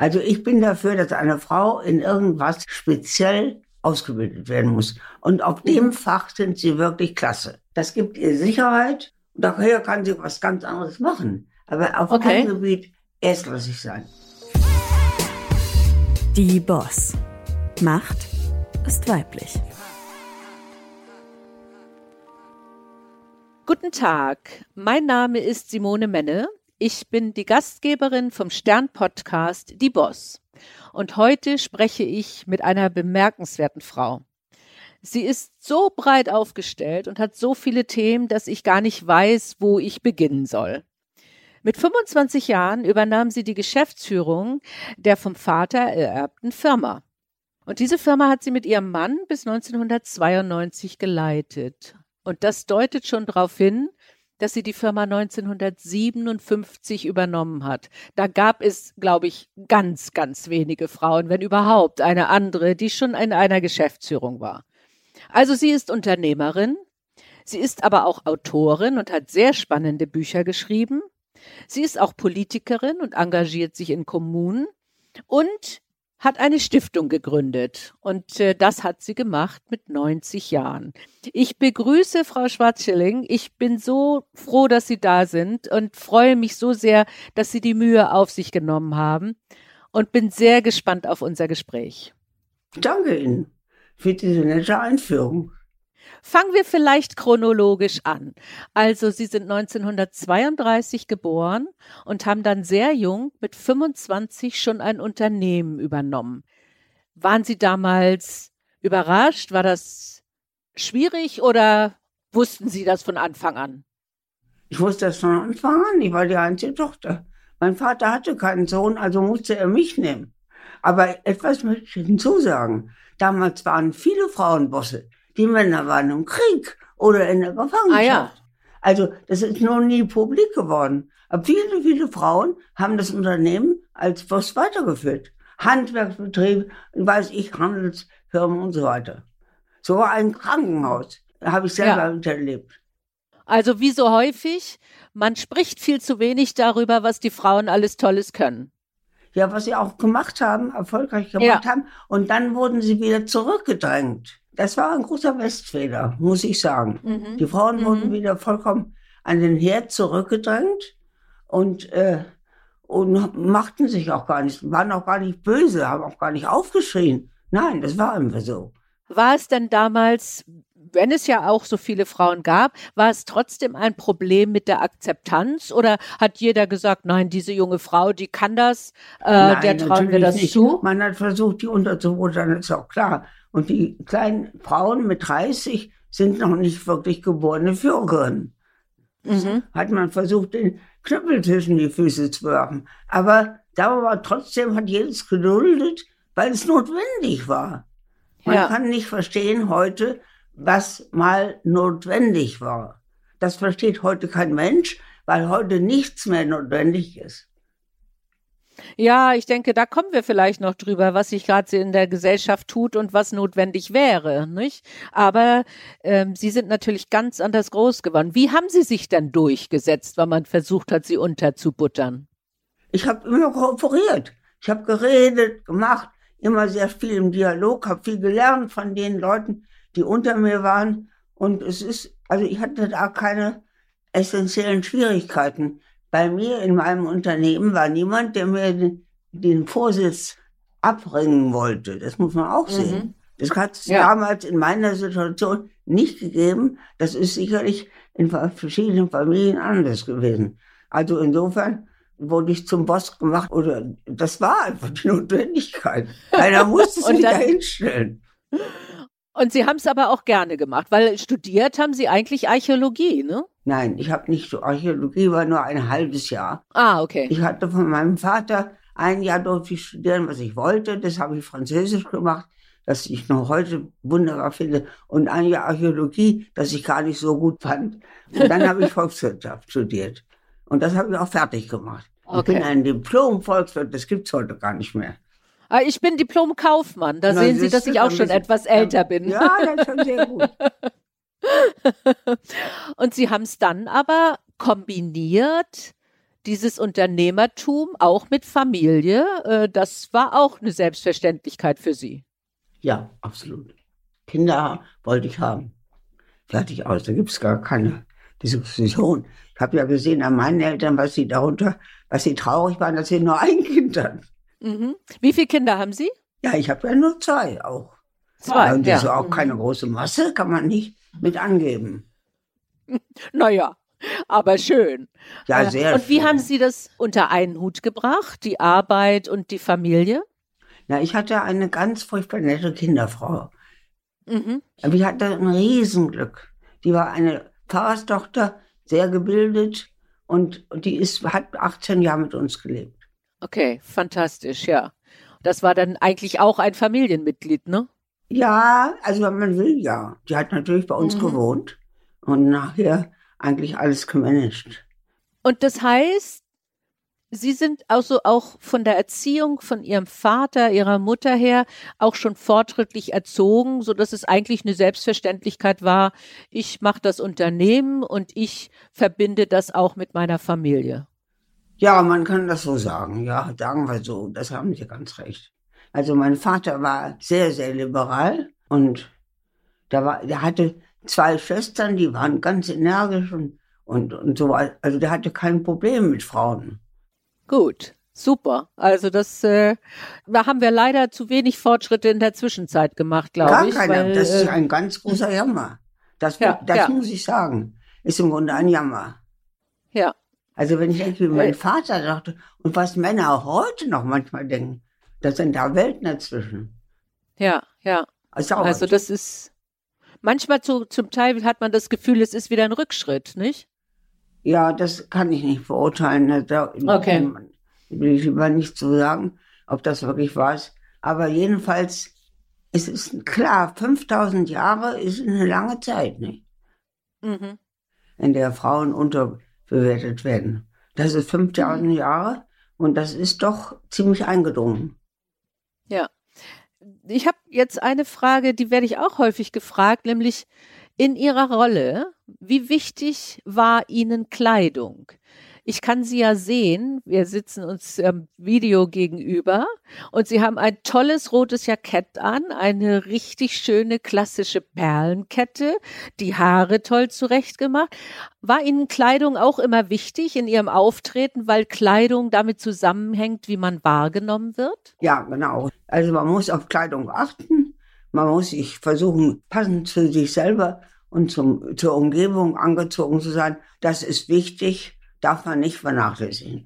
Also ich bin dafür, dass eine Frau in irgendwas speziell ausgebildet werden muss. Und auf dem Fach sind sie wirklich klasse. Das gibt ihr Sicherheit. Und daher kann sie was ganz anderes machen. Aber auf einem Gebiet erstklassig sein. Die Boss. Macht ist weiblich. Guten Tag, mein Name ist Simone Menne. Ich bin die Gastgeberin vom Stern-Podcast Die Boss. Und heute spreche ich mit einer bemerkenswerten Frau. Sie ist so breit aufgestellt und hat so viele Themen, dass ich gar nicht weiß, wo ich beginnen soll. Mit 25 Jahren übernahm sie die Geschäftsführung der vom Vater ererbten Firma. Und diese Firma hat sie mit ihrem Mann bis 1992 geleitet. Und das deutet schon darauf hin, dass sie die Firma 1957 übernommen hat. Da gab es, glaube ich, ganz, ganz wenige Frauen, wenn überhaupt eine andere, die schon in einer Geschäftsführung war. Also sie ist Unternehmerin, sie ist aber auch Autorin und hat sehr spannende Bücher geschrieben. Sie ist auch Politikerin und engagiert sich in Kommunen und hat eine Stiftung gegründet. Und das hat sie gemacht mit 90 Jahren. Ich begrüße Frau Schwarz-Schilling. Ich bin so froh, dass Sie da sind und freue mich so sehr, dass Sie die Mühe auf sich genommen haben und bin sehr gespannt auf unser Gespräch. Danke Ihnen für diese nette Einführung. Fangen wir vielleicht chronologisch an. Also Sie sind 1932 geboren und haben dann sehr jung mit 25 schon ein Unternehmen übernommen. Waren Sie damals überrascht? War das schwierig oder wussten Sie das von Anfang an? Ich wusste das von Anfang an. Ich war die einzige Tochter. Mein Vater hatte keinen Sohn, also musste er mich nehmen. Aber etwas möchte ich hinzusagen. Damals waren viele Frauenbosse. Die Männer waren im Krieg oder in der Gefangenschaft. Ja. Also das ist noch nie publik geworden. Aber viele, viele Frauen haben das Unternehmen als Boss weitergeführt. Handwerksbetrieb, weiß ich, Handelsfirmen und so weiter. Sogar ein Krankenhaus habe ich selber miterlebt. Also wie so häufig, man spricht viel zu wenig darüber, was die Frauen alles Tolles können. Ja, was sie auch gemacht haben, erfolgreich gemacht haben. Und dann wurden sie wieder zurückgedrängt. Das war ein großer Westfehler, muss ich sagen. Die Frauen wurden wieder vollkommen an den Herd zurückgedrängt und machten sich auch gar nicht, waren auch gar nicht böse, haben auch gar nicht aufgeschrien. Nein, das war einfach so. War es denn damals, wenn es ja auch so viele Frauen gab, war es trotzdem ein Problem mit der Akzeptanz oder hat jeder gesagt, nein, diese junge Frau, die kann das, Nein, der trauen wir das nicht. zu? Man hat versucht, die unterzubuttern, ist auch klar. Und die kleinen Frauen mit 30 sind noch nicht wirklich geborene Führerinnen. Hat man versucht, den Knüppel zwischen die Füße zu werfen. Aber da war trotzdem, hat jedes geduldet, weil es notwendig war. Man kann nicht verstehen heute, was mal notwendig war. Das versteht heute kein Mensch, weil heute nichts mehr notwendig ist. Ja, ich denke, da kommen wir vielleicht noch drüber, was sich gerade in der Gesellschaft tut und was notwendig wäre, nicht? Aber Sie sind natürlich ganz anders groß geworden. Wie haben Sie sich denn durchgesetzt, wenn man versucht hat, Sie unterzubuttern? Ich habe immer kooperiert. Ich habe geredet, gemacht, immer sehr viel im Dialog, habe viel gelernt von den Leuten, die unter mir waren. Und ich hatte da keine essentiellen Schwierigkeiten. Bei mir in meinem Unternehmen war niemand, der mir den Vorsitz abbringen wollte. Das muss man auch sehen. Das hat es damals in meiner Situation nicht gegeben. Das ist sicherlich in verschiedenen Familien anders gewesen. Also insofern wurde ich zum Boss gemacht. Oder das war einfach die Notwendigkeit. Einer musste sich da hinstellen. Und Sie haben es aber auch gerne gemacht, weil studiert haben Sie eigentlich Archäologie, ne? Nein, ich habe nicht so. Archäologie war nur ein halbes Jahr. Ah, okay. Ich hatte von meinem Vater ein Jahr durfte ich studieren, was ich wollte. Das habe ich Französisch gemacht, das ich noch heute wunderbar finde. Und ein Jahr Archäologie, das ich gar nicht so gut fand. Und dann habe ich Volkswirtschaft studiert. Und das habe ich auch fertig gemacht. Okay. Ich bin ein Diplom-Volkswirt, das gibt's heute gar nicht mehr. Ich bin Diplom-Kaufmann. Da sehen Sie, dass ich auch schon etwas älter bin. Ja, das ist schon sehr gut. Und Sie haben es dann aber kombiniert dieses Unternehmertum auch mit Familie, das war auch eine Selbstverständlichkeit für Sie. Ja, absolut. Kinder wollte ich haben. Fertig aus, da gibt es gar keine Diskussion. Ich habe ja gesehen an meinen Eltern, was sie traurig waren, dass sie nur ein Kind hatten. Mhm. Wie viele Kinder haben Sie? Ja, ich habe ja nur 2 auch. 2, und das ja. ist auch keine große Masse, kann man nicht mit angeben. Naja, aber schön. Ja, sehr Und wie schön. haben Sie das unter einen Hut gebracht, die Arbeit und die Familie? Na, ich hatte eine ganz furchtbar nette Kinderfrau. Mhm. Aber ich hatte ein Riesenglück. Die war eine Pfarrerstochter, sehr gebildet und hat 18 Jahre mit uns gelebt. Okay, fantastisch, ja. Das war dann eigentlich auch ein Familienmitglied, ne? Ja, also wenn man will, ja. Die hat natürlich bei uns gewohnt und nachher eigentlich alles gemanagt. Und das heißt, Sie sind also auch von der Erziehung von Ihrem Vater, Ihrer Mutter her auch schon fortschrittlich erzogen, sodass es eigentlich eine Selbstverständlichkeit war, ich mache das Unternehmen und ich verbinde das auch mit meiner Familie. Ja, man kann das so sagen. Ja, sagen wir so. Das haben Sie ganz recht. Also mein Vater war sehr, sehr liberal und der hatte 2 Schwestern, die waren ganz energisch und so. Also der hatte kein Problem mit Frauen. Gut, super. Also da haben wir leider zu wenig Fortschritte in der Zwischenzeit gemacht, glaube ich. Gar keiner. Weil, Das ist ein ganz großer Jammer. Das muss ich sagen. Ist im Grunde ein Jammer. Ja. Also wenn ich denke, wie mein Vater dachte und was Männer auch heute noch manchmal denken, das sind da Welten dazwischen. Ja. Also das ist, manchmal zum Teil hat man das Gefühl, es ist wieder ein Rückschritt, nicht? Ja, das kann ich nicht beurteilen. Okay. Will ich lieber nicht so sagen, ob das wirklich war. Aber jedenfalls, es ist klar, 5000 Jahre ist eine lange Zeit, nicht? Mhm. In der Frauen unterbewertet werden. Das ist 5000 Jahre und das ist doch ziemlich eingedrungen. Ja. Ich habe jetzt eine Frage, die werde ich auch häufig gefragt, nämlich in Ihrer Rolle, wie wichtig war Ihnen Kleidung? Ich kann Sie ja sehen, wir sitzen uns Video gegenüber und Sie haben ein tolles rotes Jackett an, eine richtig schöne klassische Perlenkette, die Haare toll zurechtgemacht. War Ihnen Kleidung auch immer wichtig in Ihrem Auftreten, weil Kleidung damit zusammenhängt, wie man wahrgenommen wird? Ja, genau. Also man muss auf Kleidung achten, man muss sich versuchen, passend zu sich selber und zur Umgebung angezogen zu sein. Das ist wichtig. Darf man nicht vernachlässigen.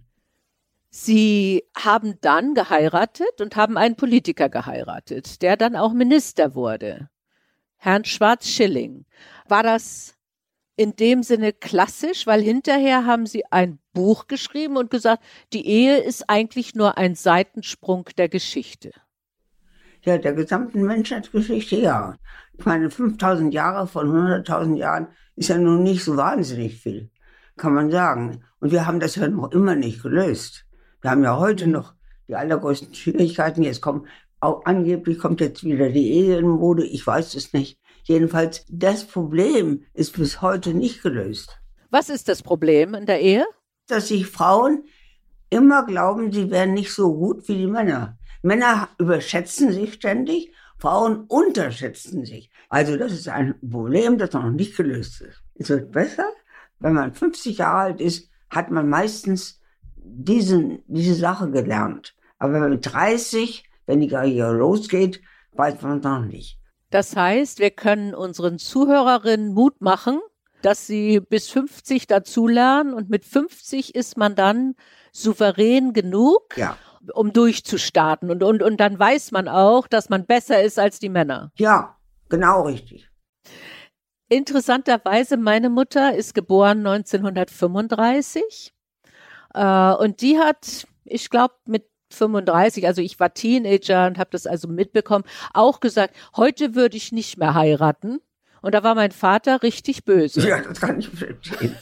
Sie haben dann geheiratet und haben einen Politiker geheiratet, der dann auch Minister wurde, Herrn Schwarz-Schilling. War das in dem Sinne klassisch, weil hinterher haben Sie ein Buch geschrieben und gesagt, die Ehe ist eigentlich nur ein Seitensprung der Geschichte. Ja, der gesamten Menschheitsgeschichte, ja. Ich meine, 5000 Jahre von 100.000 Jahren ist ja nun nicht so wahnsinnig viel, kann man sagen. Und wir haben das ja noch immer nicht gelöst. Wir haben ja heute noch die allergrößten Schwierigkeiten. Angeblich kommt jetzt wieder die Ehe in Mode. Ich weiß es nicht. Jedenfalls, das Problem ist bis heute nicht gelöst. Was ist das Problem in der Ehe? Dass sich Frauen immer glauben, sie wären nicht so gut wie die Männer. Männer überschätzen sich ständig, Frauen unterschätzen sich. Also das ist ein Problem, das noch nicht gelöst ist. Es wird besser. Wenn man 50 Jahre alt ist, hat man meistens diese Sache gelernt. Aber mit 30, wenn die Karriere losgeht, weiß man noch nicht. Das heißt, wir können unseren Zuhörerinnen Mut machen, dass sie bis 50 dazulernen und mit 50 ist man dann souverän genug, um durchzustarten. Und dann weiß man auch, dass man besser ist als die Männer. Ja, genau richtig. Interessanterweise, meine Mutter ist geboren 1935 und die hat, ich glaube, mit 35, also ich war Teenager und habe das also mitbekommen, auch gesagt, heute würde ich nicht mehr heiraten. Und da war mein Vater richtig böse. Ja, das kann ich verstehen.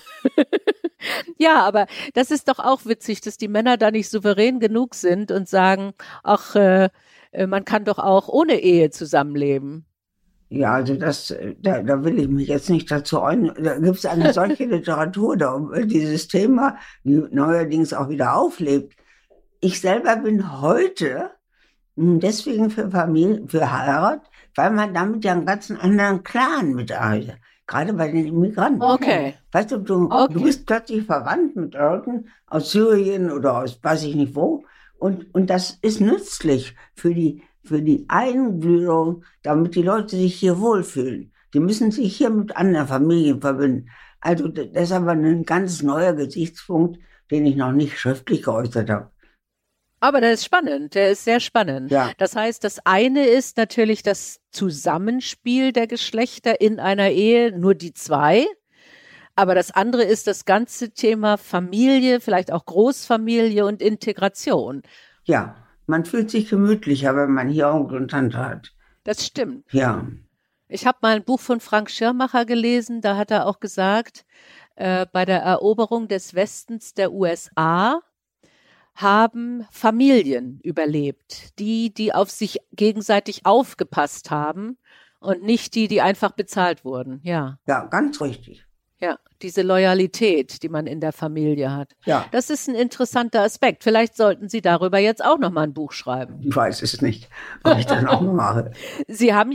Ja, aber das ist doch auch witzig, dass die Männer da nicht souverän genug sind und sagen, ach, man kann doch auch ohne Ehe zusammenleben. Ja, also da will ich mich jetzt nicht dazu äußern. Da gibt es eine solche Literatur da um dieses Thema, die neuerdings auch wieder auflebt. Ich selber bin heute deswegen für Familie, für Heirat, weil man damit ja einen ganz anderen Clan mit erreicht. Gerade bei den Immigranten. Okay. Weißt du, du bist plötzlich verwandt mit Leuten aus Syrien oder aus weiß ich nicht wo. Und das ist nützlich für die Eingliederung, damit die Leute sich hier wohlfühlen. Die müssen sich hier mit anderen Familien verbinden. Also das ist aber ein ganz neuer Gesichtspunkt, den ich noch nicht schriftlich geäußert habe. Aber der ist spannend, der ist sehr spannend. Ja. Das heißt, das eine ist natürlich das Zusammenspiel der Geschlechter in einer Ehe, nur die zwei. Aber das andere ist das ganze Thema Familie, vielleicht auch Großfamilie und Integration. Ja, man fühlt sich gemütlicher, wenn man hier Onkel und Tante hat. Das stimmt. Ja. Ich habe mal ein Buch von Frank Schirmacher gelesen, da hat er auch gesagt, bei der Eroberung des Westens der USA haben Familien überlebt, die auf sich gegenseitig aufgepasst haben und nicht die einfach bezahlt wurden. Ja. Ja, ganz richtig. Ja, diese Loyalität, die man in der Familie hat. Ja. Das ist ein interessanter Aspekt. Vielleicht sollten Sie darüber jetzt auch noch mal ein Buch schreiben. Ich weiß es nicht, ob ich das auch noch mache. Sie haben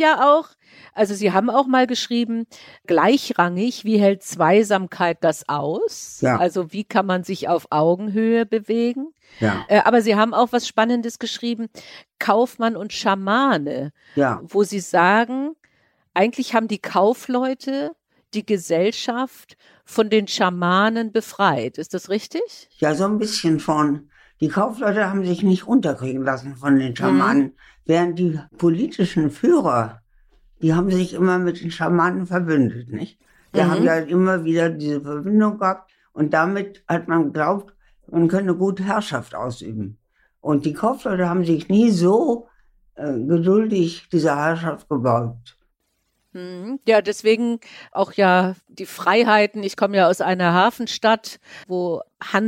auch mal geschrieben, gleichrangig, wie hält Zweisamkeit das aus? Ja. Also wie kann man sich auf Augenhöhe bewegen? Ja. Aber Sie haben auch was Spannendes geschrieben, Kaufmann und Schamane, Ja. wo Sie sagen, eigentlich haben die Kaufleute die Gesellschaft von den Schamanen befreit. Ist das richtig? Ja, so ein bisschen von. Die Kaufleute haben sich nicht unterkriegen lassen von den Schamanen, während die politischen Führer, die haben sich immer mit den Schamanen verbündet, nicht? Die haben ja immer wieder diese Verbindung gehabt und damit hat man geglaubt, man könne gute Herrschaft ausüben. Und die Kaufleute haben sich nie so geduldig dieser Herrschaft gebeugt. Ja, deswegen auch ja die Freiheiten. Ich komme ja aus einer Hafenstadt, wo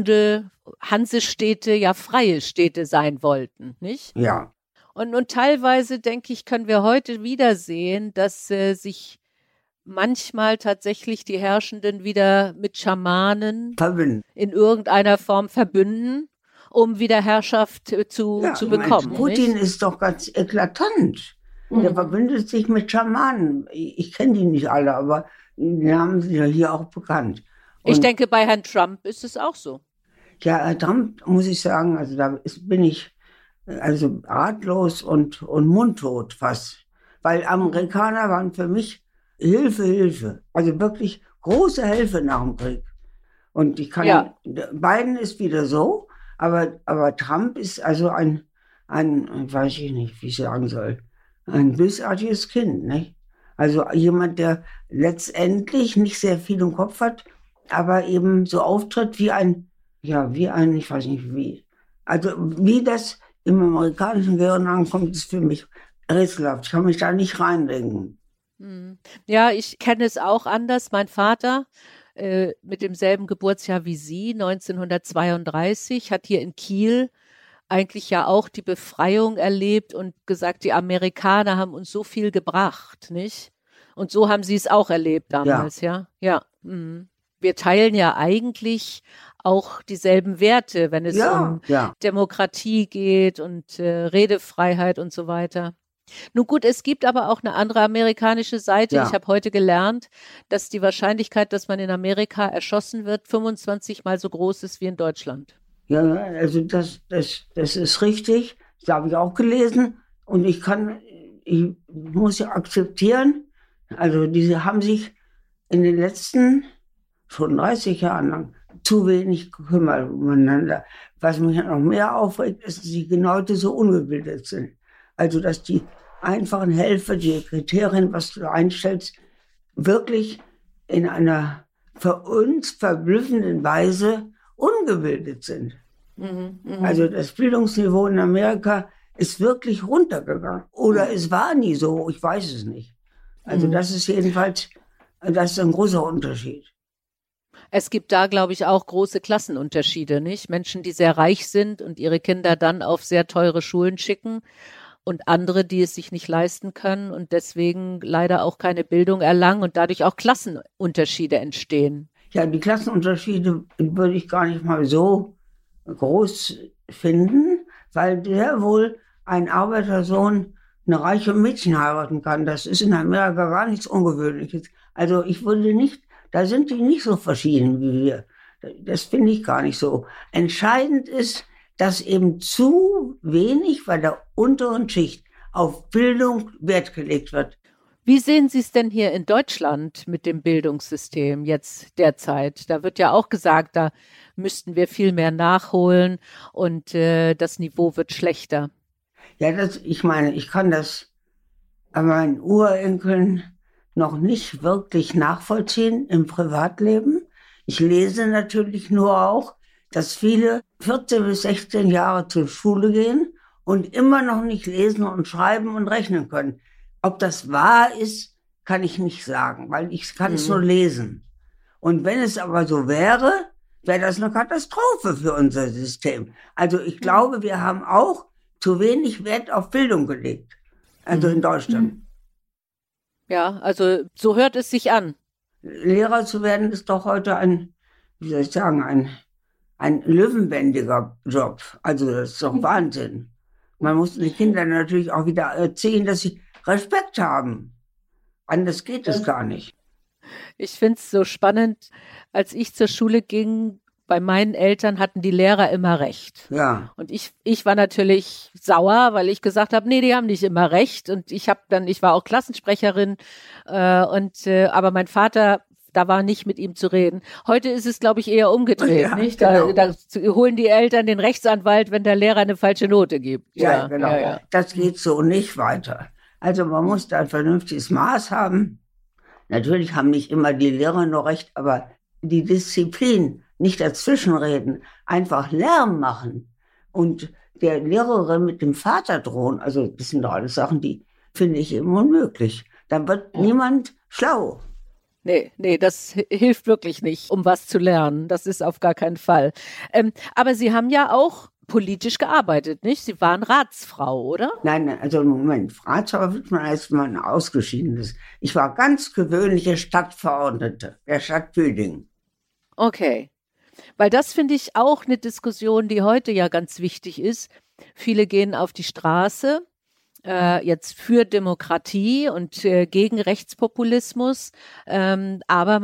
Hansestädte ja freie Städte sein wollten, nicht? Ja. Und teilweise, denke ich, können wir heute wieder sehen, dass sich manchmal tatsächlich die Herrschenden wieder mit Schamanen Verbünden. in irgendeiner Form verbünden, um wieder Herrschaft zu bekommen. Mensch, Putin nicht? ist doch ganz eklatant. Der verbündet sich mit Schamanen. Ich kenne die nicht alle, aber die Namen sind ja hier auch bekannt. Ich denke, bei Herrn Trump ist es auch so. Ja, Herr Trump, muss ich sagen, also bin ich also ratlos und mundtot fast. Weil Amerikaner waren für mich Hilfe. Also wirklich große Hilfe nach dem Krieg. Und ich kann, Biden ist wieder so, aber Trump ist also ein, weiß ich nicht, wie ich sagen soll, ein bösartiges Kind, nicht? Also jemand, der letztendlich nicht sehr viel im Kopf hat, aber eben so auftritt wie ein, ich weiß nicht wie. Also wie das im amerikanischen Gehirn ankommt, ist für mich rätselhaft. Ich kann mich da nicht reindenken. Ja, ich kenne es auch anders. Mein Vater mit demselben Geburtsjahr wie Sie, 1932, hat hier in Kiel eigentlich ja auch die Befreiung erlebt und gesagt, die Amerikaner haben uns so viel gebracht, nicht? Und so haben sie es auch erlebt damals, ja? Ja. Wir teilen ja eigentlich auch dieselben Werte, wenn es um Demokratie geht und Redefreiheit und so weiter. Nun gut, es gibt aber auch eine andere amerikanische Seite. Ja. Ich habe heute gelernt, dass die Wahrscheinlichkeit, dass man in Amerika erschossen wird, 25 Mal so groß ist wie in Deutschland. Ja, also das ist richtig. Das habe ich auch gelesen. Und ich muss ja akzeptieren, also diese haben sich in den letzten schon 30 Jahren lang zu wenig gekümmert umeinander. Was mich noch mehr aufregt, ist, dass die Leute so ungebildet sind. Also, dass die einfachen Helfer, die Kriterien, was du einstellst, wirklich in einer für uns verblüffenden Weise ungebildet sind. Also das Bildungsniveau in Amerika ist wirklich runtergegangen. Oder es war nie so, ich weiß es nicht. Also das ist jedenfalls, das ist ein großer Unterschied. Es gibt da, glaube ich, auch große Klassenunterschiede, nicht? Menschen, die sehr reich sind und ihre Kinder dann auf sehr teure Schulen schicken und andere, die es sich nicht leisten können und deswegen leider auch keine Bildung erlangen und dadurch auch Klassenunterschiede entstehen. Ja, die Klassenunterschiede würde ich gar nicht mal so groß finden, weil sehr wohl ein Arbeitersohn eine reiche Mädchen heiraten kann. Das ist in Amerika gar nichts Ungewöhnliches. Also ich würde nicht, da sind die nicht so verschieden wie wir. Das finde ich gar nicht so. Entscheidend ist, dass eben zu wenig bei der unteren Schicht auf Bildung Wert gelegt wird. Wie sehen Sie es denn hier in Deutschland mit dem Bildungssystem jetzt derzeit? Da wird ja auch gesagt, da müssten wir viel mehr nachholen und das Niveau wird schlechter. Ja, ich meine, ich kann das an meinen Urenkeln noch nicht wirklich nachvollziehen im Privatleben. Ich lese natürlich nur auch, dass viele 14 bis 16 Jahre zur Schule gehen und immer noch nicht lesen und schreiben und rechnen können. Ob das wahr ist, kann ich nicht sagen, weil ich kann es nur lesen. Und wenn es aber so wäre, wäre das eine Katastrophe für unser System. Also ich glaube, wir haben auch zu wenig Wert auf Bildung gelegt. Also in Deutschland. Ja, also so hört es sich an. Lehrer zu werden ist doch heute ein löwenbändiger Job. Also das ist doch Wahnsinn. Man muss den Kindern natürlich auch wieder erzählen, dass sie Respekt haben. Anders geht es gar nicht. Ich finde es so spannend, als ich zur Schule ging, bei meinen Eltern hatten die Lehrer immer recht. Ja. Und ich war natürlich sauer, weil ich gesagt habe, nee, die haben nicht immer recht. Und ich war auch Klassensprecherin aber mein Vater, da war nicht mit ihm zu reden. Heute ist es, glaube ich, eher umgedreht, ja, nicht? Genau. Da holen die Eltern den Rechtsanwalt, wenn der Lehrer eine falsche Note gibt. Ja, genau. Ja. Das geht so nicht weiter. Also man muss da ein vernünftiges Maß haben. Natürlich haben nicht immer die Lehrer nur recht, aber die Disziplin, nicht dazwischenreden, einfach Lärm machen und der Lehrerin mit dem Vater drohen, also das sind doch alles Sachen, die finde ich eben unmöglich. Dann wird niemand schlau. Nee, das hilft wirklich nicht, um was zu lernen. Das ist auf gar keinen Fall. Aber Sie haben ja auch politisch gearbeitet, nicht? Sie waren Ratsfrau, oder? Nein, also im Moment, Ratsfrau wird man als man ausgeschieden ist. Ich war ganz gewöhnliche Stadtverordnete der Stadt Büdingen. Okay. Weil das finde ich auch eine Diskussion, die heute ja ganz wichtig ist. Viele gehen auf die Straße, jetzt für Demokratie und gegen Rechtspopulismus. Aber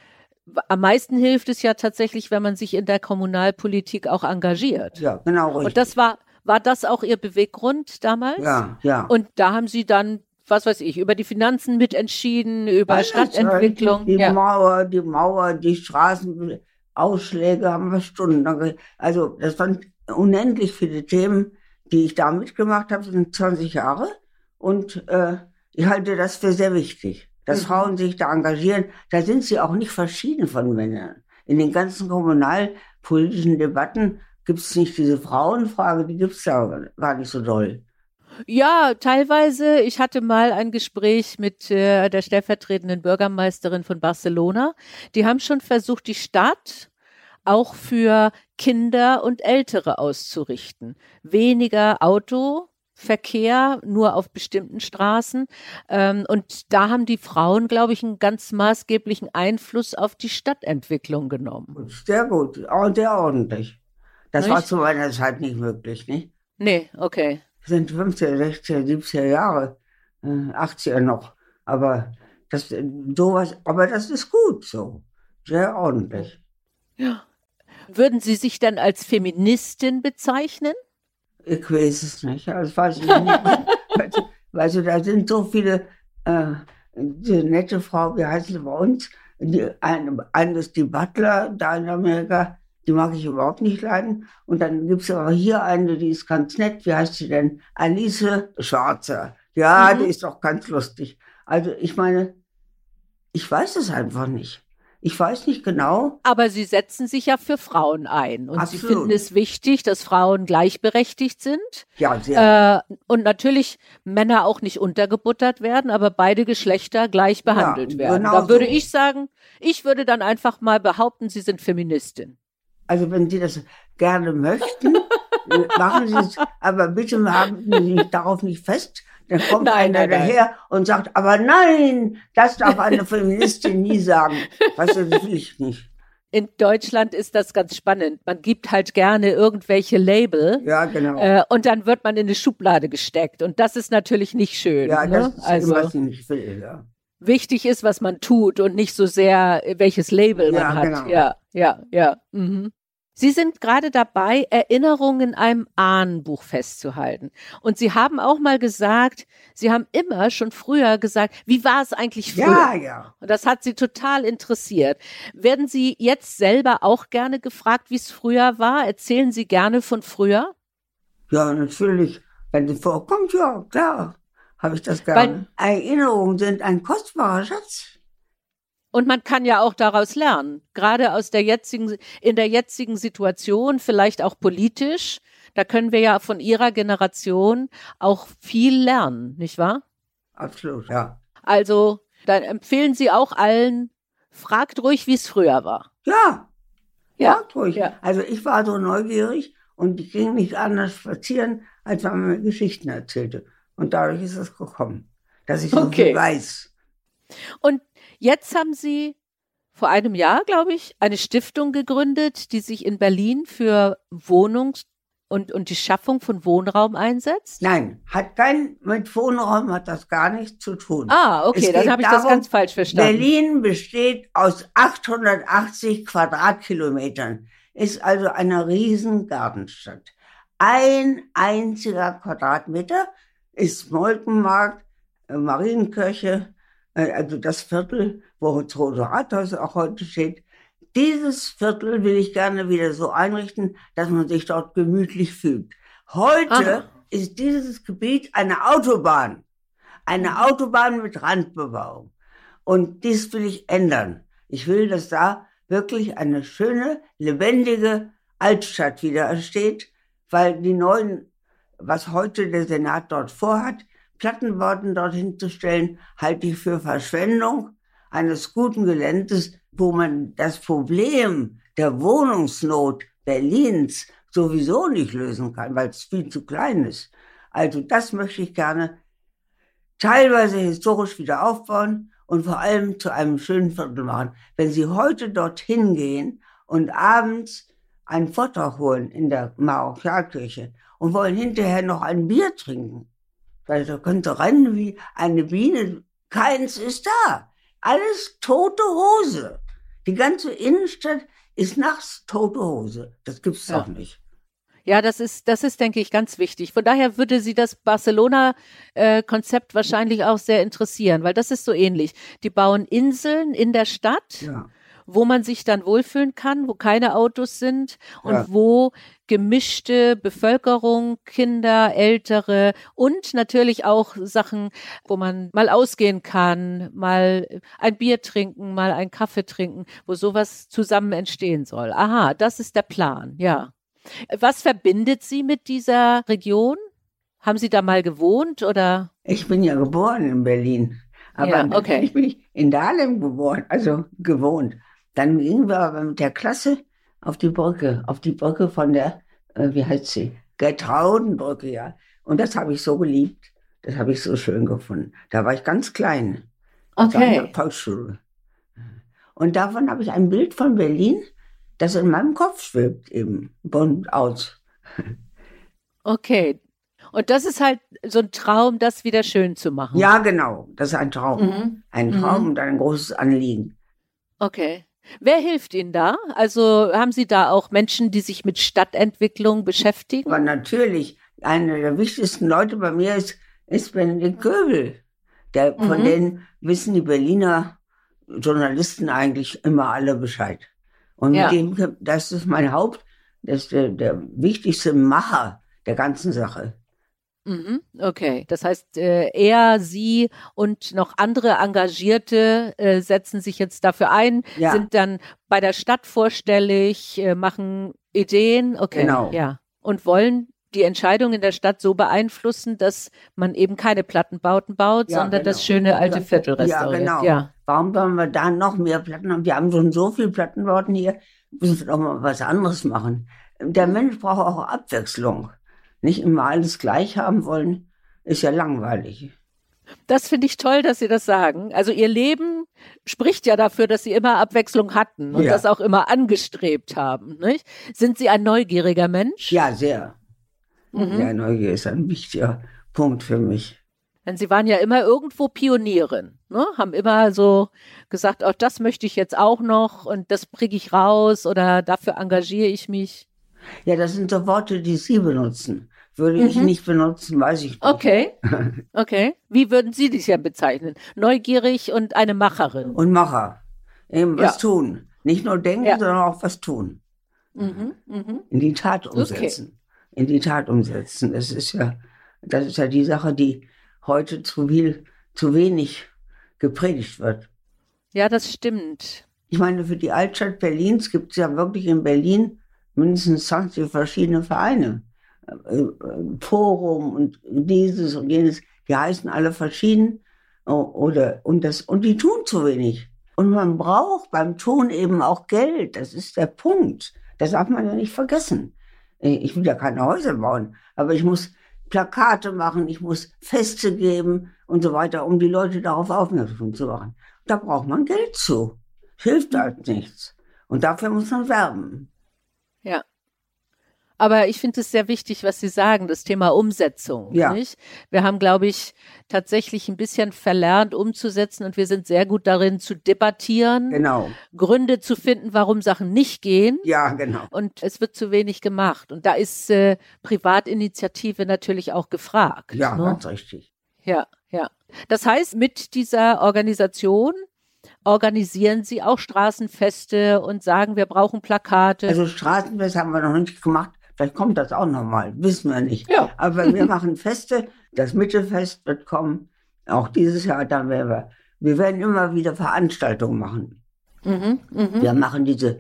am meisten hilft es ja tatsächlich, wenn man sich in der Kommunalpolitik auch engagiert. Ja, genau richtig. Und das war das auch Ihr Beweggrund damals? Ja. Und da haben Sie dann, was weiß ich, über die Finanzen mitentschieden, über Stadtentwicklung. Die Mauer, die Straßenausschläge haben wir Stunden. Also das waren unendlich viele Themen, die ich da mitgemacht habe, sind 20 Jahre. Und ich halte das für sehr wichtig, dass Frauen sich da engagieren. Da sind sie auch nicht verschieden von Männern. In den ganzen kommunalpolitischen Debatten gibt es nicht diese Frauenfrage, die gibt es ja gar nicht so doll. Ja, teilweise. Ich hatte mal ein Gespräch mit der stellvertretenden Bürgermeisterin von Barcelona. Die haben schon versucht, die Stadt auch für Kinder und Ältere auszurichten. Weniger Autoverkehr, nur auf bestimmten Straßen. Und da haben die Frauen, glaube ich, einen ganz maßgeblichen Einfluss auf die Stadtentwicklung genommen. Sehr gut, sehr ordentlich. Das war zu meiner Zeit nicht möglich, nicht? Nee, okay. Das sind 50er, 60er, 70er Jahre, 80er noch. Aber das ist gut so. Sehr ordentlich. Ja. Würden Sie sich dann als Feministin bezeichnen? Ich weiß es nicht. Das weiß ich nicht. Weißt du, da sind so viele, diese nette Frau, wie heißt sie bei uns? Eine ist die Butler da in Amerika. Die mag ich überhaupt nicht leiden. Und dann gibt es aber hier eine, die ist ganz nett. Wie heißt sie denn? Alice Schwarzer. Ja, die ist doch ganz lustig. Also ich meine, ich weiß es einfach nicht. Ich weiß nicht genau. Aber Sie setzen sich ja für Frauen ein. Und Absolut. Sie finden es wichtig, dass Frauen gleichberechtigt sind. Ja, sehr. Und natürlich Männer auch nicht untergebuttert werden, aber beide Geschlechter gleich behandelt werden. Genau da würde so. ich sagen, ich würde dann einfach mal behaupten, Sie sind Feministin. Also wenn Sie das gerne möchten, Machen Sie es, aber bitte machen Sie sich darauf nicht fest. Dann kommt einer daher und sagt, aber nein, das darf eine Feministin nie sagen. Weißt du, das will ich nicht. In Deutschland ist das ganz spannend. Man gibt halt gerne irgendwelche Label. Ja, genau. Und dann wird man in eine Schublade gesteckt. Und das ist natürlich nicht schön. Ja, ne? Das ist was ich nicht will, ja. Wichtig ist, was man tut und nicht so sehr, welches Label man hat. Genau. Ja. Mhm. Sie sind gerade dabei, Erinnerungen in einem Ahnenbuch festzuhalten. Und Sie haben auch mal gesagt, Sie haben immer schon früher gesagt, wie war es eigentlich früher? Ja. Und das hat Sie total interessiert. Werden Sie jetzt selber auch gerne gefragt, wie es früher war? Erzählen Sie gerne von früher? Ja, natürlich. Wenn sie vorkommt, ja, klar, habe ich das gerne. Erinnerungen sind ein kostbarer Schatz. Und man kann ja auch daraus lernen, gerade in der jetzigen Situation, vielleicht auch politisch. Da können wir ja von Ihrer Generation auch viel lernen, nicht wahr? Absolut, ja. Also, dann empfehlen Sie auch allen, fragt ruhig, wie es früher war. Ja, fragt ruhig. Ja. Also ich war so neugierig und ich ging nicht anders spazieren, als wenn man mir Geschichten erzählte. Und dadurch ist es gekommen, dass ich so viel weiß. Und jetzt haben Sie vor einem Jahr, glaube ich, eine Stiftung gegründet, die sich in Berlin für und die Schaffung von Wohnraum einsetzt? Nein, mit Wohnraum hat das gar nichts zu tun. Ah, okay, dann habe ich das ganz falsch verstanden. Berlin besteht aus 880 Quadratkilometern, ist also eine riesen Gartenstadt. Ein einziger Quadratmeter ist Molkenmarkt, Marienkirche, also das Viertel, wo das Rote Rathaus auch heute steht. Dieses Viertel will ich gerne wieder so einrichten, dass man sich dort gemütlich fühlt. Heute ist dieses Gebiet eine Autobahn mit Randbebauung. Und dies will ich ändern. Ich will, dass da wirklich eine schöne, lebendige Altstadt wieder entsteht, weil die neuen, was heute der Senat dort vorhat, Plattenbauten dorthin zu stellen, halte ich für Verschwendung eines guten Geländes, wo man das Problem der Wohnungsnot Berlins sowieso nicht lösen kann, weil es viel zu klein ist. Also das möchte ich gerne teilweise historisch wieder aufbauen und vor allem zu einem schönen Viertel machen. Wenn Sie heute dorthin gehen und abends einen Vortrag holen in der Marochialkirche und wollen hinterher noch ein Bier trinken, weil da könnte rennen wie eine Biene. Keins ist da. Alles tote Hose. Die ganze Innenstadt ist nachts tote Hose. Das gibt's doch nicht. Ja, das ist, denke ich, ganz wichtig. Von daher würde Sie das Barcelona-Konzept wahrscheinlich auch sehr interessieren, weil das ist so ähnlich. Die bauen Inseln in der Stadt, wo man sich dann wohlfühlen kann, wo keine Autos sind und wo gemischte Bevölkerung, Kinder, Ältere und natürlich auch Sachen, wo man mal ausgehen kann, mal ein Bier trinken, mal einen Kaffee trinken, wo sowas zusammen entstehen soll. Aha, das ist der Plan, ja. Was verbindet Sie mit dieser Region? Haben Sie da mal gewohnt oder? Ich bin ja geboren in Berlin, aber ich bin in Dahlem geboren, also gewohnt. Dann gingen wir aber mit der Klasse auf die Brücke von der, wie heißt sie? Gertraudenbrücke, ja. Und das habe ich so geliebt, das habe ich so schön gefunden. Da war ich ganz klein. Okay. In der Volksschule. Und davon habe ich ein Bild von Berlin, das in meinem Kopf schwebt, eben bunt aus. Okay. Und das ist halt so ein Traum, das wieder schön zu machen. Ja, genau. Das ist ein Traum. Ein Traum und ein großes Anliegen. Okay. Wer hilft Ihnen da? Also haben Sie da auch Menschen, die sich mit Stadtentwicklung beschäftigen? Aber natürlich, einer der wichtigsten Leute bei mir ist Benedikt Göbel. Von denen wissen die Berliner Journalisten eigentlich immer alle Bescheid. Und mit dem, das ist mein das ist der wichtigste Macher der ganzen Sache. Okay, das heißt, er, Sie und noch andere Engagierte setzen sich jetzt dafür ein, sind dann bei der Stadt vorstellig, machen Ideen, okay, genau. Ja, und wollen die Entscheidung in der Stadt so beeinflussen, dass man eben keine Plattenbauten baut, sondern das schöne alte Viertel restauriert. Ja, genau. Ja. Warum wollen wir da noch mehr Platten haben? Wir haben schon so viele Plattenbauten hier, müssen wir doch mal was anderes machen. Der Mensch braucht auch Abwechslung. Nicht immer alles gleich haben wollen, ist ja langweilig. Das finde ich toll, dass Sie das sagen. Also Ihr Leben spricht ja dafür, dass Sie immer Abwechslung hatten und Ja. das auch immer angestrebt haben. Nicht? Sind Sie ein neugieriger Mensch? Ja, sehr. Ja, Neugier ist ein wichtiger Punkt für mich. Denn Sie waren ja immer irgendwo Pionierin, ne? Haben immer so gesagt, oh, das möchte ich jetzt auch noch und das bringe ich raus oder dafür engagiere ich mich. Ja, das sind so Worte, die Sie benutzen. Würde ich nicht benutzen, weiß ich nicht. Okay, okay. Wie würden Sie dich ja bezeichnen? Neugierig und eine Macherin. Und Macher. Eben was Ja. tun. Nicht nur denken, Ja. sondern auch was tun. In die Tat umsetzen. In die Tat umsetzen. Das ist ja die Sache, die heute zu wenig gepredigt wird. Ja, das stimmt. Ich meine, für die Altstadt Berlins gibt es ja wirklich in Berlin mindestens 20 verschiedene Vereine. Forum und dieses und jenes, die heißen alle verschieden und die tun zu wenig. Und man braucht beim Tun eben auch Geld, das ist der Punkt. Das darf man ja nicht vergessen. Ich will ja keine Häuser bauen, aber ich muss Plakate machen, ich muss Feste geben und so weiter, um die Leute darauf aufmerksam zu machen. Da braucht man Geld zu. Hilft halt nichts. Und dafür muss man werben. Ja. Aber ich finde es sehr wichtig, was Sie sagen, das Thema Umsetzung. Ja. Nicht? Wir haben, glaube ich, tatsächlich ein bisschen verlernt, umzusetzen und wir sind sehr gut darin zu debattieren, Genau. Gründe zu finden, warum Sachen nicht gehen. Ja, genau. Und es wird zu wenig gemacht. Und da ist Privatinitiative natürlich auch gefragt. Ja, ne? ganz richtig. Ja, ja. Das heißt, mit dieser Organisation organisieren Sie auch Straßenfeste und sagen, wir brauchen Plakate. Also Straßenfest haben wir noch nicht gemacht. Vielleicht kommt das auch nochmal, wissen wir nicht. Ja. Aber wir machen Feste. Das Mittelfest wird kommen. Auch dieses Jahr, wir werden immer wieder Veranstaltungen machen. Wir machen diese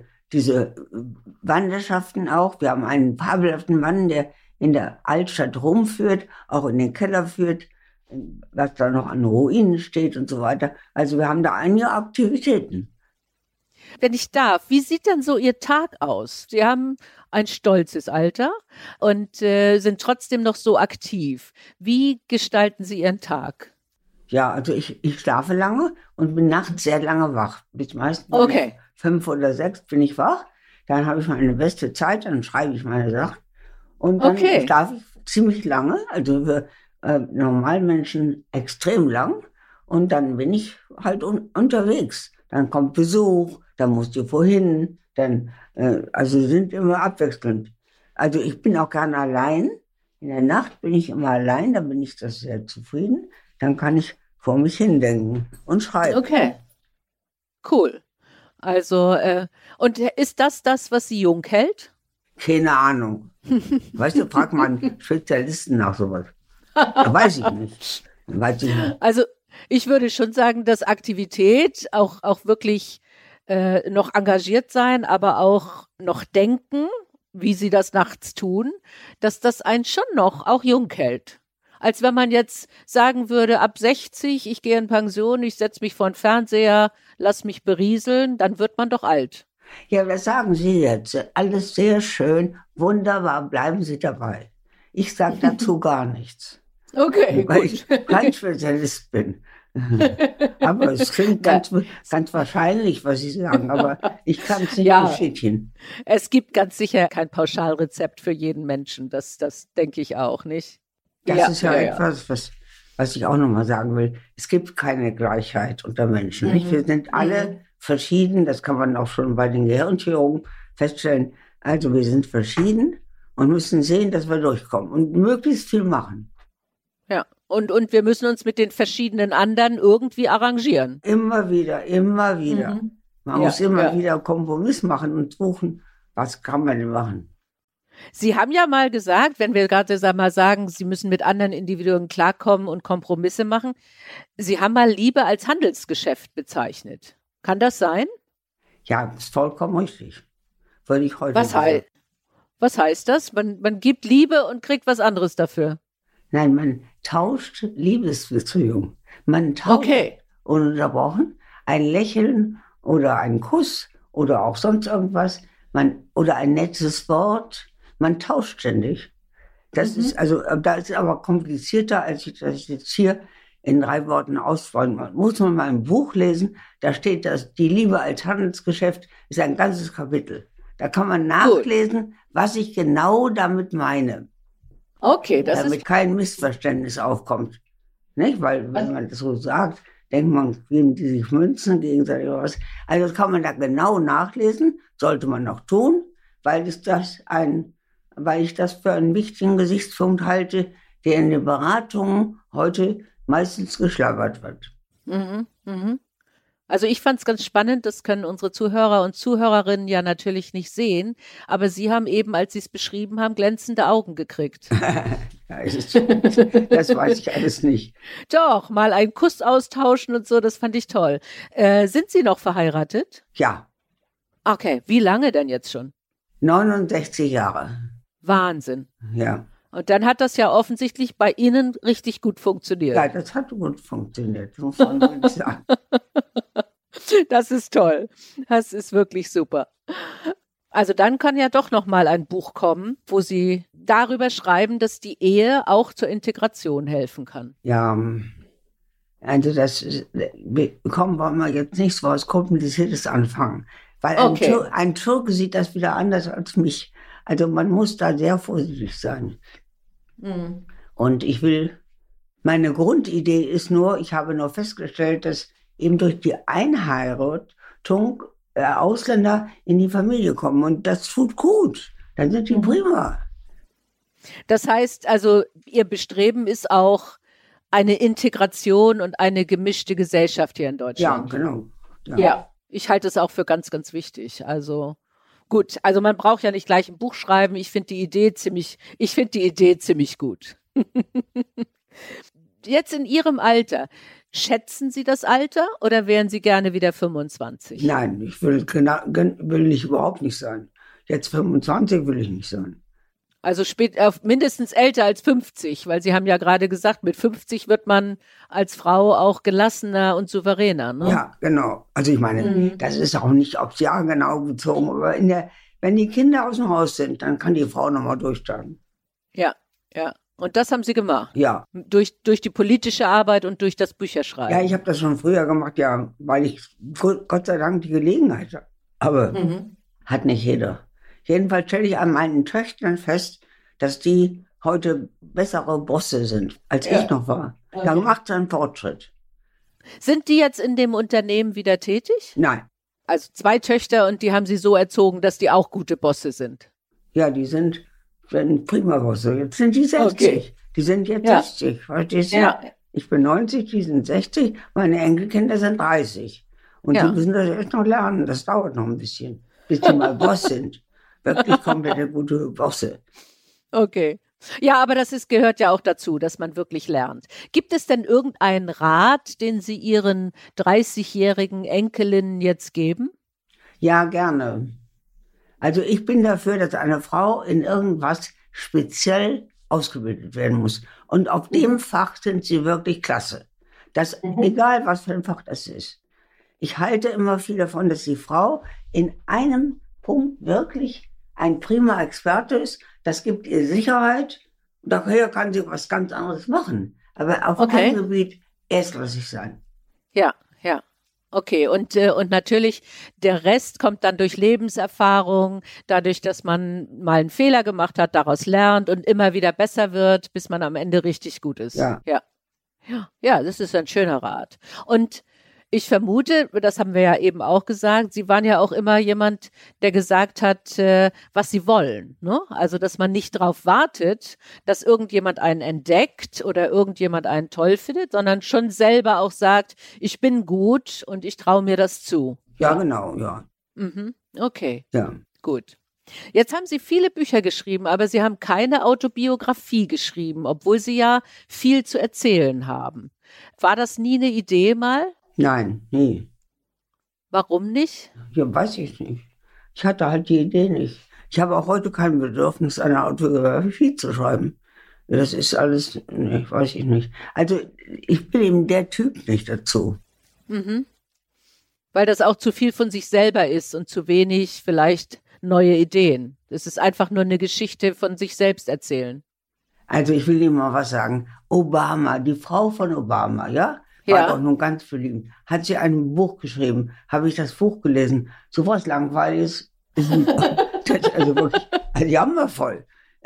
Wanderschaften auch. Wir haben einen fabelhaften Mann, der in der Altstadt rumführt, auch in den Keller führt, was da noch an Ruinen steht und so weiter. Also wir haben da einige Aktivitäten. Wenn ich darf, wie sieht denn so Ihr Tag aus? Sie haben ein stolzes Alter und sind trotzdem noch so aktiv. Wie gestalten Sie Ihren Tag? Ja, also ich schlafe lange und bin nachts sehr lange wach. Bis meistens Okay. 5 oder 6 bin ich wach. Dann habe ich meine beste Zeit, dann schreibe ich meine Sachen. Und dann Okay. schlafe ich ziemlich lange, also für Normalmenschen extrem lang. Und dann bin ich halt unterwegs. Dann kommt Besuch, dann musst du wohin, also sind immer abwechselnd. Also ich bin auch gerne allein. In der Nacht bin ich immer allein, dann bin ich das sehr zufrieden. Dann kann ich vor mich hindenken und schreiben. Okay. Cool. Also, und ist das, was Sie jung hält? Keine Ahnung. Weißt du, frag mal einen Spezialisten nach sowas. Da weiß ich nicht. Weiß ich nicht. Also, ich würde schon sagen, dass Aktivität auch wirklich noch engagiert sein, aber auch noch denken, wie Sie das nachts tun, dass das einen schon noch auch jung hält. Als wenn man jetzt sagen würde, ab 60, ich gehe in Pension, ich setze mich vor den Fernseher, lass mich berieseln, dann wird man doch alt. Ja, was sagen Sie jetzt? Alles sehr schön, wunderbar, bleiben Sie dabei. Ich sage dazu gar nichts, Okay, weil ich kein Spezialist bin. Aber es klingt ganz wahrscheinlich, was Sie sagen, aber ich kann es nicht Ja. bestätigen. Es gibt ganz sicher kein Pauschalrezept für jeden Menschen, das denke ich auch nicht. Das ist ja etwas, was ich auch nochmal sagen will. Es gibt keine Gleichheit unter Menschen. Nicht? Wir sind alle verschieden. Das kann man auch schon bei den Gehirnchirurgen feststellen. Also wir sind verschieden und müssen sehen, dass wir durchkommen und möglichst viel machen. Ja, und wir müssen uns mit den verschiedenen anderen irgendwie arrangieren. Immer wieder, immer wieder. Man muss immer wieder Kompromiss machen und suchen, was kann man denn machen. Sie haben ja mal gesagt, wenn wir gerade mal sagen, Sie müssen mit anderen Individuen klarkommen und Kompromisse machen, Sie haben mal Liebe als Handelsgeschäft bezeichnet. Kann das sein? Ja, ist vollkommen richtig. Würde ich heute Was heißt das? Man gibt Liebe und kriegt was anderes dafür. Nein, man tauscht Liebesbeziehungen. Man tauscht ununterbrochen ein Lächeln oder einen Kuss oder auch sonst irgendwas. oder ein nettes Wort. Man tauscht ständig. Das ist, also, da ist aber komplizierter, als ich das jetzt hier in 3 Worten ausfolgen muss. Muss man mal ein Buch lesen, da steht, dass die Liebe als Handelsgeschäft ist ein ganzes Kapitel. Da kann man nachlesen, was ich genau damit meine. Okay, damit kein Missverständnis aufkommt. Nicht? Weil, wenn man das so sagt, denkt man, geben die sich Münzen gegenseitig oder was. Also das kann man da genau nachlesen, sollte man noch tun, weil ich das für einen wichtigen Gesichtspunkt halte, der in den Beratungen heute meistens geschlabbert wird. Also ich fand es ganz spannend, das können unsere Zuhörer und Zuhörerinnen ja natürlich nicht sehen, aber Sie haben eben, als Sie es beschrieben haben, glänzende Augen gekriegt. Ja, das weiß ich alles nicht. Doch, mal einen Kuss austauschen und so, das fand ich toll. Sind Sie noch verheiratet? Ja. Okay, wie lange denn jetzt schon? 69 Jahre. Wahnsinn. Ja. Und dann hat das ja offensichtlich bei Ihnen richtig gut funktioniert. Ja, das hat gut funktioniert, muss man wirklich sagen. Das ist toll. Das ist wirklich super. Also dann kann ja doch noch mal ein Buch kommen, wo Sie darüber schreiben, dass die Ehe auch zur Integration helfen kann. Ja, also wollen wir jetzt nicht so was Kompliziertes anfangen. Weil ein Türke sieht das wieder anders als mich. Also man muss da sehr vorsichtig sein. Und meine Grundidee ist nur, ich habe nur festgestellt, dass eben durch die Einheiratung Ausländer in die Familie kommen. Und das tut gut. Dann sind die prima. Das heißt also, Ihr Bestreben ist auch eine Integration und eine gemischte Gesellschaft hier in Deutschland. Ja, genau. Ja, ich halte es auch für ganz, ganz wichtig. Also gut, also man braucht ja nicht gleich ein Buch schreiben. Ich finde die Idee ziemlich gut. Jetzt in Ihrem Alter, schätzen Sie das Alter oder wären Sie gerne wieder 25? Nein, will ich überhaupt nicht sein. Jetzt 25 will ich nicht sein. Also mindestens älter als 50, weil Sie haben ja gerade gesagt, mit 50 wird man als Frau auch gelassener und souveräner. Ne? Ja, genau. Also ich meine, das ist auch nicht aufs Jahr genau bezogen, aber wenn die Kinder aus dem Haus sind, dann kann die Frau nochmal durchstarten. Ja, ja. Und das haben Sie gemacht? Ja. Durch die politische Arbeit und durch das Bücherschreiben? Ja, ich habe das schon früher gemacht, ja, weil ich Gott sei Dank die Gelegenheit habe. Aber hat nicht jeder. Jedenfalls stelle ich an meinen Töchtern fest, dass die heute bessere Bosse sind, als ich noch war. Okay. Da macht es einen Fortschritt. Sind die jetzt in dem Unternehmen wieder tätig? Nein. Also 2 Töchter und die haben Sie so erzogen, dass die auch gute Bosse sind? Ja, die sind prima Bosse. Jetzt sind die 60. Okay. Die sind jetzt 60. Verstehst du? Ja. Ich bin 90, die sind 60. Meine Enkelkinder sind 30. Und die müssen das echt noch lernen. Das dauert noch ein bisschen, bis die mal Boss sind. Wirklich komplette gute Bosse. Okay. Ja, aber gehört ja auch dazu, dass man wirklich lernt. Gibt es denn irgendeinen Rat, den Sie Ihren 30-jährigen Enkelinnen jetzt geben? Ja, gerne. Also ich bin dafür, dass eine Frau in irgendwas speziell ausgebildet werden muss. Und auf dem Fach sind sie wirklich klasse. Egal, was für ein Fach das ist. Ich halte immer viel davon, dass die Frau in einem Punkt wirklich ein prima Experte ist. Das gibt ihr Sicherheit. Daher kann sie was ganz anderes machen. Aber auf einem Gebiet erstklassig sein. Ja, ja. Okay, und natürlich, der Rest kommt dann durch Lebenserfahrung, dadurch, dass man mal einen Fehler gemacht hat, daraus lernt und immer wieder besser wird, bis man am Ende richtig gut ist. Ja. Ja, das ist ein schöner Rat. Und ich vermute, das haben wir ja eben auch gesagt, Sie waren ja auch immer jemand, der gesagt hat, was Sie wollen. Ne? Also, dass man nicht darauf wartet, dass irgendjemand einen entdeckt oder irgendjemand einen toll findet, sondern schon selber auch sagt, ich bin gut und ich traue mir das zu. Ja, genau, ja. Okay, ja. Gut. Jetzt haben Sie viele Bücher geschrieben, aber Sie haben keine Autobiografie geschrieben, obwohl Sie ja viel zu erzählen haben. War das nie eine Idee mal? Nein, nie. Warum nicht? Ja, weiß ich nicht. Ich hatte halt die Idee nicht. Ich habe auch heute kein Bedürfnis, eine Autobiografie zu schreiben. Das ist alles, nee, weiß ich nicht. Also ich bin eben der Typ nicht dazu. Weil das auch zu viel von sich selber ist und zu wenig vielleicht neue Ideen. Es ist einfach nur eine Geschichte von sich selbst erzählen. Also ich will Ihnen mal was sagen. Obama, die Frau von Obama, ja, war doch nun ganz verliebt. Hat sie ein Buch geschrieben, habe ich das Buch gelesen. So was Langweiliges ist also wirklich jammervoll.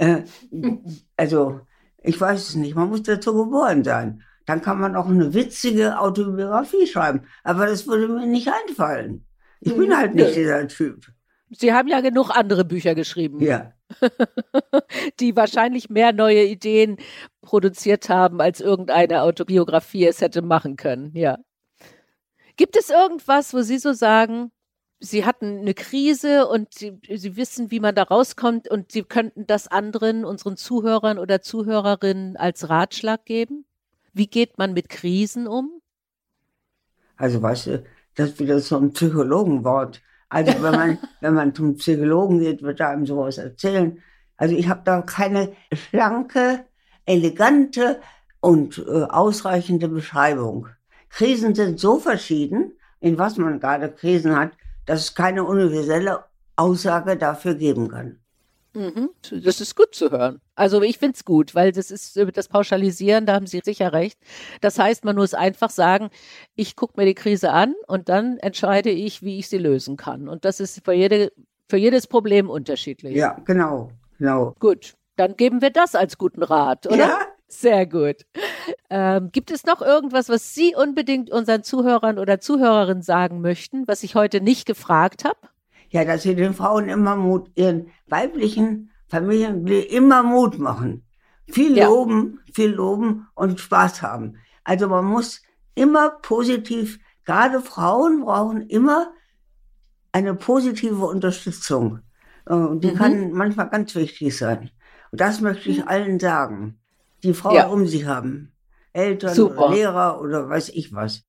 Also ich weiß es nicht, man muss dazu geboren sein. Dann kann man auch eine witzige Autobiografie schreiben. Aber das würde mir nicht einfallen. Ich bin halt nicht dieser Typ. Sie haben ja genug andere Bücher geschrieben. Ja. Die wahrscheinlich mehr neue Ideen produziert haben, als irgendeine Autobiografie es hätte machen können. Ja. Gibt es irgendwas, wo Sie so sagen, Sie hatten eine Krise und Sie wissen, wie man da rauskommt und Sie könnten das anderen, unseren Zuhörern oder Zuhörerinnen als Ratschlag geben? Wie geht man mit Krisen um? Also weißt du, das ist wieder so ein Psychologenwort. Also wenn man zum Psychologen geht, wird er einem sowas erzählen. Also ich habe da keine schlanke, elegante und ausreichende Beschreibung. Krisen sind so verschieden, in was man gerade Krisen hat, dass es keine universelle Aussage dafür geben kann. Das ist gut zu hören. Also ich finde es gut, weil das ist das Pauschalisieren, da haben Sie sicher recht. Das heißt, man muss einfach sagen, ich gucke mir die Krise an und dann entscheide ich, wie ich sie lösen kann. Und das ist für jedes Problem unterschiedlich. Ja, genau. Gut, dann geben wir das als guten Rat, oder? Ja. Sehr gut. Gibt es noch irgendwas, was Sie unbedingt unseren Zuhörern oder Zuhörerinnen sagen möchten, was ich heute nicht gefragt habe? Ja, dass sie den Frauen immer Mut, ihren weiblichen Familienmitgliedern immer Mut machen. Viel loben und Spaß haben. Also man muss immer positiv, gerade Frauen brauchen immer eine positive Unterstützung. Und die kann manchmal ganz wichtig sein. Und das möchte ich allen sagen, die Frauen um sich haben. Eltern oder Lehrer oder weiß ich was.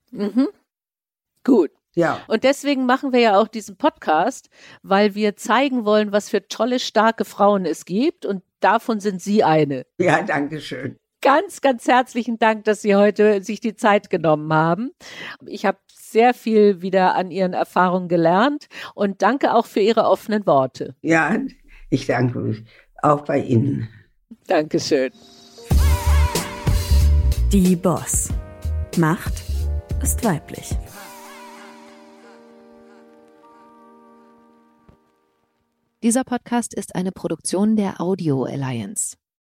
Gut. Ja. Und deswegen machen wir ja auch diesen Podcast, weil wir zeigen wollen, was für tolle, starke Frauen es gibt. Und davon sind Sie eine. Ja, danke schön. Ganz, ganz herzlichen Dank, dass Sie heute sich die Zeit genommen haben. Ich habe sehr viel wieder an Ihren Erfahrungen gelernt und danke auch für Ihre offenen Worte. Ja, ich danke mich. Auch bei Ihnen. Dankeschön. Die Boss. Macht ist weiblich. Dieser Podcast ist eine Produktion der Audio Alliance.